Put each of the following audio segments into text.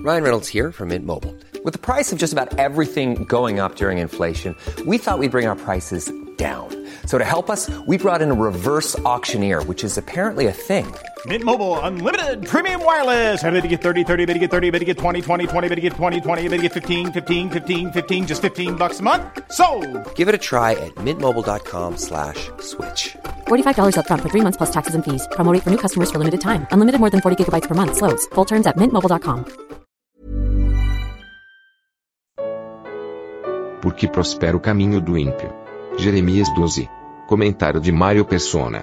Ryan Reynolds here from Mint Mobile. With the price of just about everything going up during inflation, we thought we'd bring our prices down. So to help us, we brought in a reverse auctioneer, which is apparently a thing. Mint Mobile Unlimited Premium Wireless. How to get 30, 30, how to get 30, how to get 20, 20, 20, how to get 20, 20, how to get 15, 15, 15, 15, just $15 a month? Sold! Give it a try at mintmobile.com/switch. $45 up front for 3 months plus taxes and fees. Promo rate for new customers for limited time. Unlimited more than 40 gigabytes per month. Slows full terms at mintmobile.com. Porque prospera o caminho do ímpio. Jeremias 12. Comentário de Mário Persona.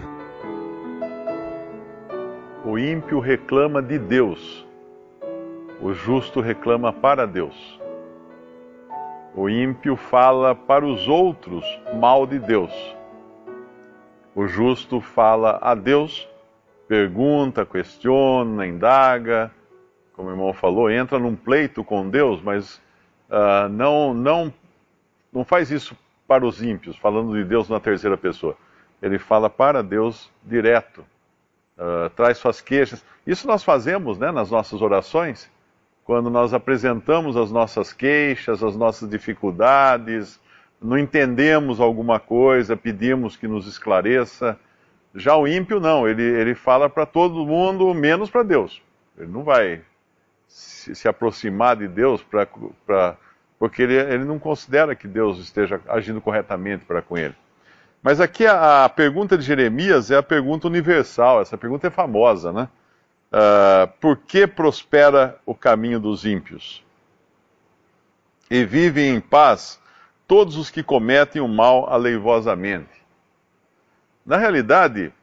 O ímpio reclama de Deus. O justo reclama para Deus. O ímpio fala para os outros mal de Deus. O justo fala a Deus, pergunta, questiona, indaga, como o irmão falou, entra num pleito com Deus, mas não faz isso para os ímpios, falando de Deus na terceira pessoa. Ele fala para Deus direto, traz suas queixas. Isso nós fazemos, né, nas nossas orações, quando nós apresentamos as nossas queixas, as nossas dificuldades, não entendemos alguma coisa, pedimos que nos esclareça. Já o ímpio não, ele fala para todo mundo, menos para Deus. Ele não vai se aproximar de Deus porque ele não considera que Deus esteja agindo corretamente para com ele. Mas aqui a pergunta de Jeremias é a pergunta universal, essa pergunta é famosa, né? Por que prospera o caminho dos ímpios? E vivem em paz todos os que cometem o mal aleivosamente. Na realidade,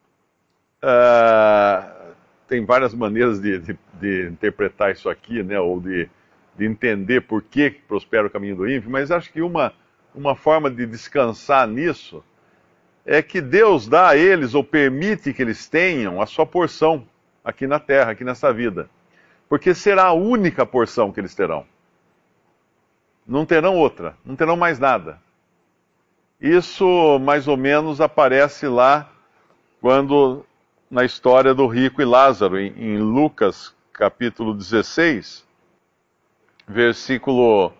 tem várias maneiras de interpretar isso aqui, né? Ou de entender por que prospera o caminho do ímpio, mas acho que uma forma de descansar nisso é que Deus dá a eles, ou permite que eles tenham, a sua porção aqui na terra, aqui nessa vida. Porque será a única porção que eles terão. Não terão outra, não terão mais nada. Isso, mais ou menos, aparece lá quando, na história do rico e Lázaro, em Lucas, capítulo 16, versículo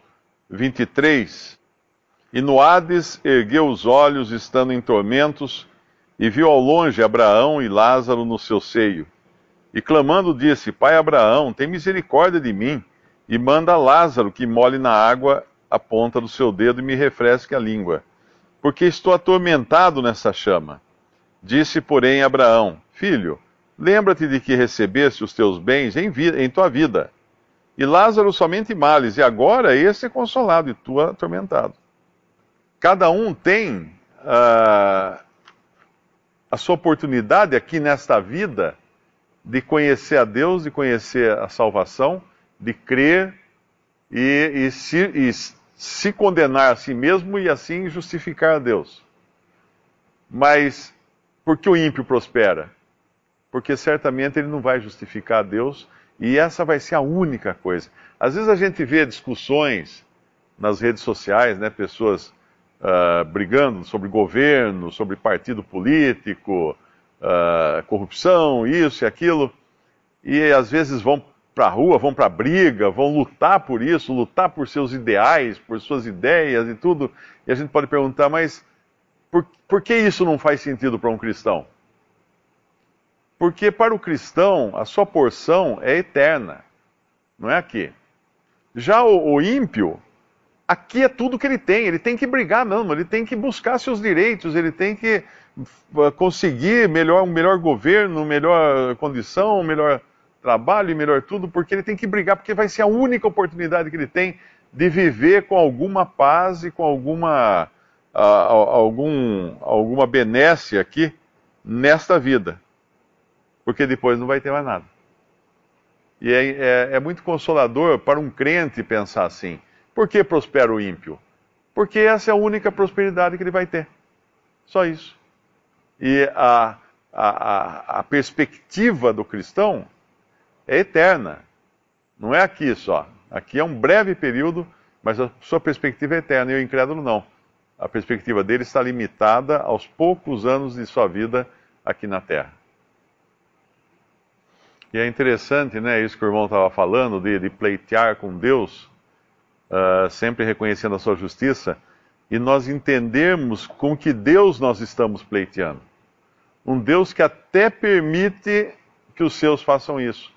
23. E no Hades ergueu os olhos, estando em tormentos, e viu ao longe Abraão e Lázaro no seu seio. E clamando disse: Pai Abraão, tem misericórdia de mim, e manda Lázaro que molhe na água a ponta do seu dedo e me refresque a língua, porque estou atormentado nessa chama. Disse, porém, Abraão: Filho, lembra-te de que recebeste os teus bens em tua vida, e Lázaro somente males, e agora esse é consolado e tu atormentado. Cada um tem a sua oportunidade aqui nesta vida de conhecer a Deus, de conhecer a salvação, de crer e se condenar a si mesmo e assim justificar a Deus. Mas por que o ímpio prospera? Porque certamente ele não vai justificar a Deus, e essa vai ser a única coisa. Às vezes a gente vê discussões nas redes sociais, né, pessoas brigando sobre governo, sobre partido político, corrupção, isso e aquilo, e às vezes vão para a rua, vão para a briga, vão lutar por isso, lutar por seus ideais, por suas ideias e tudo, e a gente pode perguntar, mas por que isso não faz sentido para um cristão? Porque para o cristão, a sua porção é eterna, não é aqui. Já o ímpio, aqui é tudo que ele tem que brigar mesmo, ele tem que buscar seus direitos, ele tem que conseguir um melhor governo, melhor condição, melhor trabalho e melhor tudo, porque ele tem que brigar, porque vai ser a única oportunidade que ele tem de viver com alguma paz e com alguma benesse aqui nesta vida, porque depois não vai ter mais nada. E é muito consolador para um crente pensar assim: por que prospera o ímpio? Porque essa é a única prosperidade que ele vai ter, só isso. E a perspectiva do cristão é eterna. Não é aqui só. Aqui é um breve período, mas a sua perspectiva é eterna. E o incrédulo não. A perspectiva dele está limitada aos poucos anos de sua vida aqui na Terra. E é interessante, né, isso que o irmão estava falando, de pleitear com Deus, sempre reconhecendo a sua justiça, e nós entendermos com que Deus nós estamos pleiteando. Um Deus que até permite que os seus façam isso.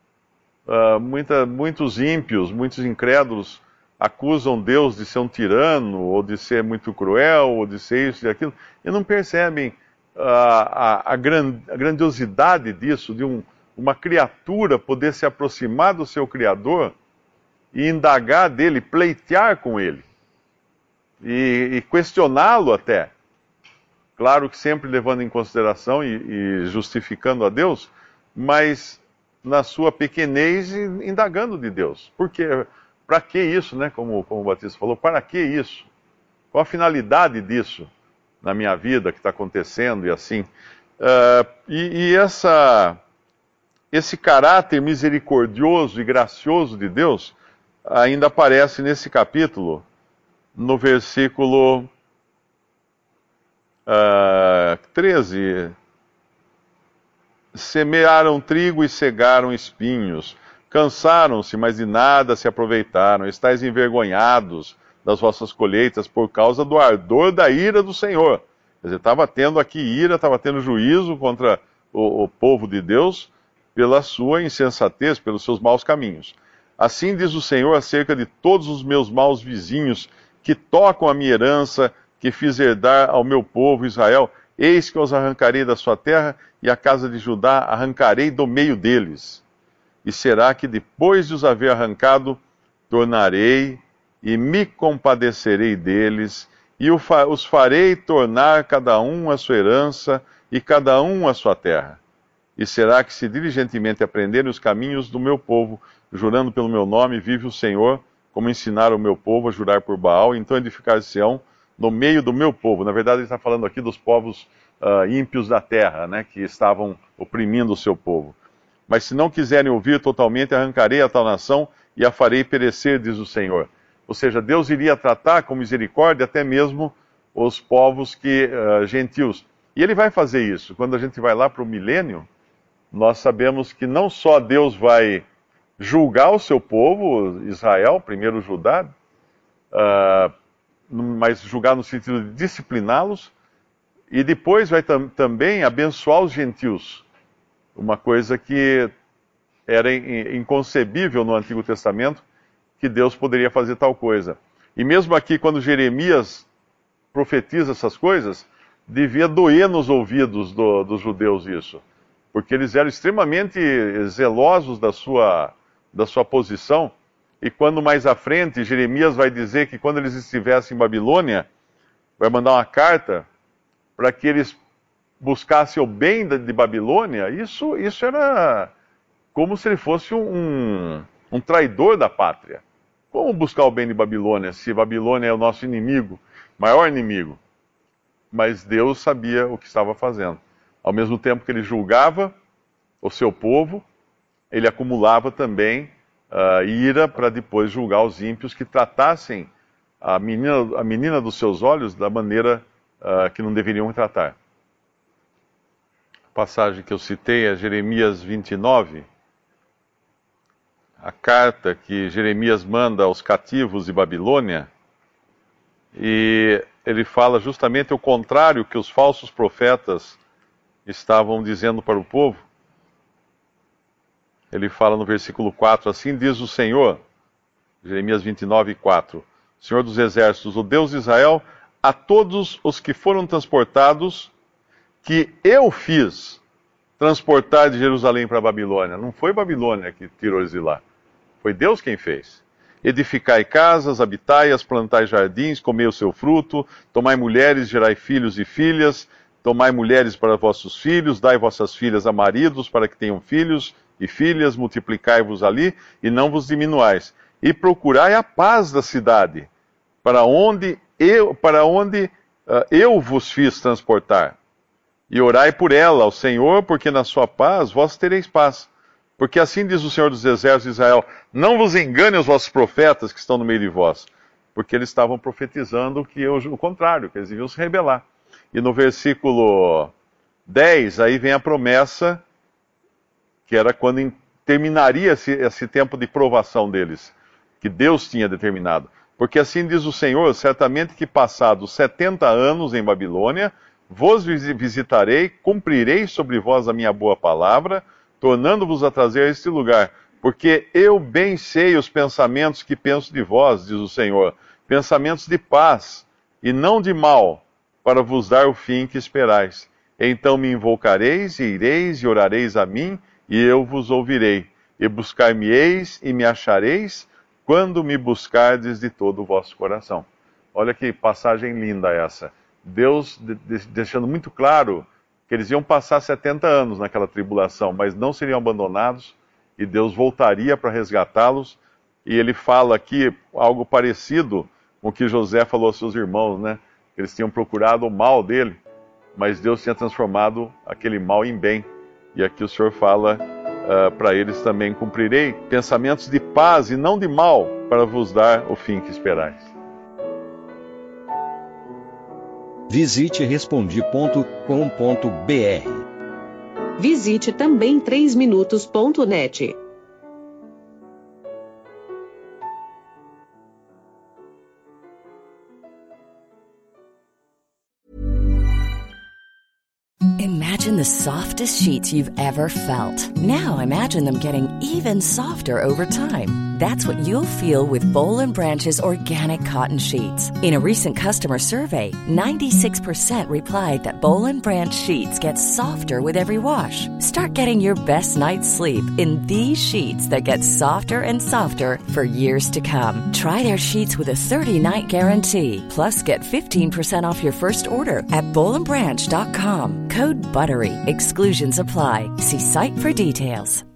Muitos ímpios, muitos incrédulos acusam Deus de ser um tirano, ou de ser muito cruel, ou de ser isso e aquilo, e não percebem a grandiosidade disso, de uma criatura poder se aproximar do seu Criador e indagar dele, pleitear com ele, e questioná-lo até. Claro que sempre levando em consideração e justificando a Deus, mas na sua pequenez indagando de Deus. Por quê? Para que isso, né? Como o Batista falou, para que isso? Qual a finalidade disso na minha vida que está acontecendo e assim? Esse caráter misericordioso e gracioso de Deus ainda aparece nesse capítulo, no versículo 13. Semearam trigo e cegaram espinhos. Cansaram-se, mas de nada se aproveitaram. Estais envergonhados das vossas colheitas por causa do ardor da ira do Senhor. Quer dizer, estava tendo aqui ira, estava tendo juízo contra o povo de Deus pela sua insensatez, pelos seus maus caminhos. Assim diz o Senhor acerca de todos os meus maus vizinhos, que tocam a minha herança, que fiz herdar ao meu povo Israel. Eis que os arrancarei da sua terra, e a casa de Judá arrancarei do meio deles. E será que depois de os haver arrancado, tornarei e me compadecerei deles, e os farei tornar cada um a sua herança, e cada um a sua terra. E será que se diligentemente aprenderem os caminhos do meu povo, jurando pelo meu nome, vive o Senhor, como ensinaram o meu povo a jurar por Baal, então edificar-se-ão no meio do meu povo. Na verdade, ele está falando aqui dos povos ímpios da terra, né, que estavam oprimindo o seu povo. Mas se não quiserem ouvir totalmente, arrancarei a tal nação e a farei perecer, diz o Senhor. Ou seja, Deus iria tratar com misericórdia até mesmo os povos gentios. E ele vai fazer isso. Quando a gente vai lá para o milênio, nós sabemos que não só Deus vai julgar o seu povo, Israel, primeiro Judá, mas julgar no sentido de discipliná-los, e depois vai também abençoar os gentios. Uma coisa que era inconcebível no Antigo Testamento, que Deus poderia fazer tal coisa. E mesmo aqui, quando Jeremias profetiza essas coisas, devia doer nos ouvidos dos judeus isso. Porque eles eram extremamente zelosos da sua posição. E quando mais à frente, Jeremias vai dizer que quando eles estivessem em Babilônia, vai mandar uma carta para que eles buscassem o bem de Babilônia. Isso era como se ele fosse um traidor da pátria. Como buscar o bem de Babilônia, se Babilônia é o nosso inimigo, maior inimigo? Mas Deus sabia o que estava fazendo. Ao mesmo tempo que ele julgava o seu povo, ele acumulava também ira para depois julgar os ímpios que tratassem a menina dos seus olhos da maneira que não deveriam tratar. A passagem que eu citei é Jeremias 29, a carta que Jeremias manda aos cativos de Babilônia, e ele fala justamente o contrário que os falsos profetas estavam dizendo para o povo. Ele fala no versículo 4, assim diz o Senhor, Jeremias 29, 4, Senhor dos exércitos, o Deus de Israel, a todos os que foram transportados, que eu fiz transportar de Jerusalém para a Babilônia. Não foi Babilônia que tirou eles de lá, foi Deus quem fez. Edificai casas, habitai-as, plantai jardins, comei o seu fruto, tomai mulheres, gerai filhos e filhas, tomai mulheres para vossos filhos, dai vossas filhas a maridos para que tenham filhos e filhas, multiplicai-vos ali e não vos diminuais. E procurai a paz da cidade, para onde eu vos fiz transportar. E orai por ela ao Senhor, porque na sua paz vós tereis paz. Porque assim diz o Senhor dos Exércitos de Israel, não vos engane os vossos profetas que estão no meio de vós. Porque eles estavam profetizando o contrário, que eles deviam se rebelar. E no versículo 10, aí vem a promessa que era quando terminaria esse tempo de provação deles, que Deus tinha determinado. Porque assim diz o Senhor, certamente que passados 70 anos em Babilônia, vos visitarei, cumprirei sobre vós a minha boa palavra, tornando-vos a trazer a este lugar. Porque eu bem sei os pensamentos que penso de vós, diz o Senhor, pensamentos de paz e não de mal, para vos dar o fim que esperais. Então me invocareis, e ireis, e orareis a mim, e eu vos ouvirei. E buscar-me-eis, e me achareis, quando me buscardes de todo o vosso coração. Olha que passagem linda essa. Deus deixando muito claro que eles iam passar 70 anos naquela tribulação, mas não seriam abandonados, e Deus voltaria para resgatá-los. E ele fala aqui algo parecido com o que José falou aos seus irmãos, né? Eles tinham procurado o mal dele, mas Deus tinha transformado aquele mal em bem. E aqui o Senhor fala para eles também: cumprirei pensamentos de paz e não de mal, para vos dar o fim que esperais. Visite Respondi.com.br. Visite também 3minutos.net. Imagine the softest sheets you've ever felt. Now imagine them getting even softer over time. That's what you'll feel with Boll & Branch's organic cotton sheets. In a recent customer survey, 96% replied that Boll & Branch sheets get softer with every wash. Start getting your best night's sleep in these sheets that get softer and softer for years to come. Try their sheets with a 30-night guarantee. Plus, get 15% off your first order at bollandbranch.com. Code BUTTERY. Exclusions apply. See site for details.